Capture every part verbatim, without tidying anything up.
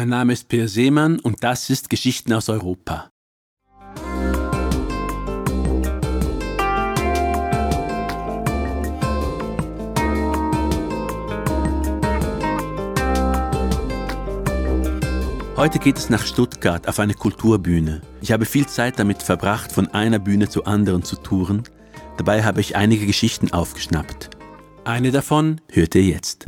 Mein Name ist Peer Seemann und das ist Geschichten aus Europa. Heute geht es nach Stuttgart auf eine Kulturbühne. Ich habe viel Zeit damit verbracht, von einer Bühne zur anderen zu touren. Dabei habe ich einige Geschichten aufgeschnappt. Eine davon hört ihr jetzt.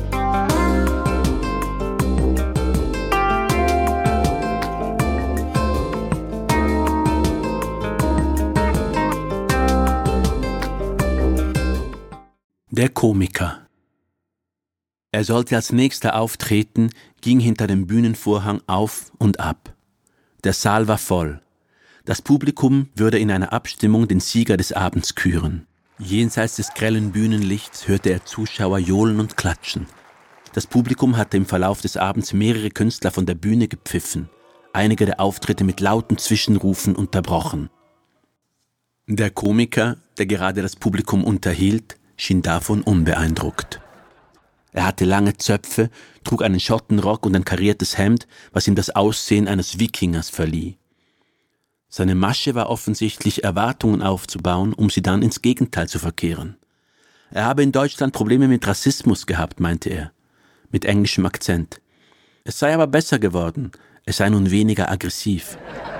Der Komiker. Er sollte als nächster auftreten, ging hinter dem Bühnenvorhang auf und ab. Der Saal war voll. Das Publikum würde in einer Abstimmung den Sieger des Abends küren. Jenseits des grellen Bühnenlichts hörte er Zuschauer johlen und klatschen. Das Publikum hatte im Verlauf des Abends mehrere Künstler von der Bühne gepfiffen, einige der Auftritte mit lauten Zwischenrufen unterbrochen. Der Komiker, der gerade das Publikum unterhielt, schien davon unbeeindruckt. Er hatte lange Zöpfe, trug einen Schottenrock und ein kariertes Hemd, was ihm das Aussehen eines Wikingers verlieh. Seine Masche war offensichtlich, Erwartungen aufzubauen, um sie dann ins Gegenteil zu verkehren. Er habe in Deutschland Probleme mit Rassismus gehabt, meinte er, mit englischem Akzent. Es sei aber besser geworden, es sei nun weniger aggressiv.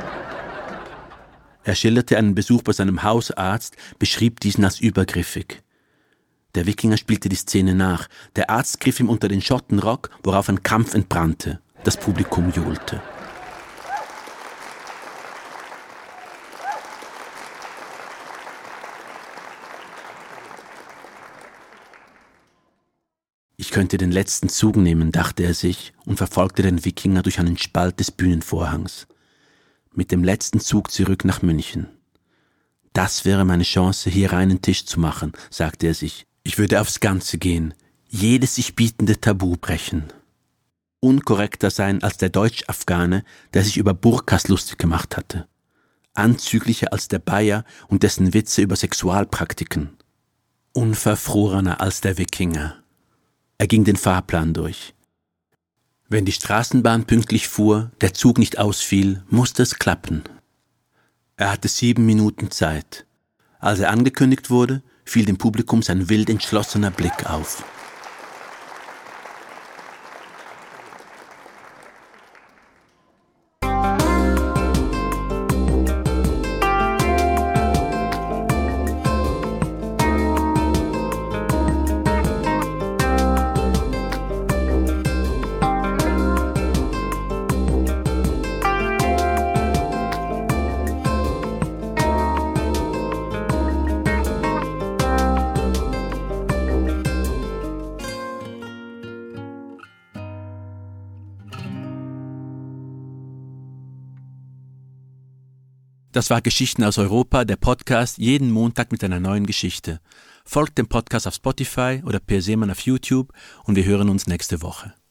Er schilderte einen Besuch bei seinem Hausarzt, beschrieb diesen als übergriffig. Der Wikinger spielte die Szene nach. Der Arzt griff ihm unter den Schottenrock, worauf ein Krampf entbrannte. Das Publikum johlte. Ich könnte den letzten Zug nehmen, dachte er sich und verfolgte den Wikinger durch einen Spalt des Bühnenvorhangs. Mit dem letzten Zug zurück nach München. Das wäre meine Chance, hier reinen Tisch zu machen, sagte er sich. Ich würde aufs Ganze gehen, jedes sich bietende Tabu brechen. Unkorrekter sein als der Deutsch-Afghane, der sich über Burkas lustig gemacht hatte. Anzüglicher als der Bayer und dessen Witze über Sexualpraktiken. Unverfrorener als der Wikinger. Er ging den Fahrplan durch. Wenn die Straßenbahn pünktlich fuhr, der Zug nicht ausfiel, musste es klappen. Er hatte sieben Minuten Zeit. Als er angekündigt wurde, fiel dem Publikum sein wild entschlossener Blick auf. Das war Geschichten aus Europa, der Podcast, jeden Montag mit einer neuen Geschichte. Folgt dem Podcast auf Spotify oder Peer Seemann auf YouTube und wir hören uns nächste Woche.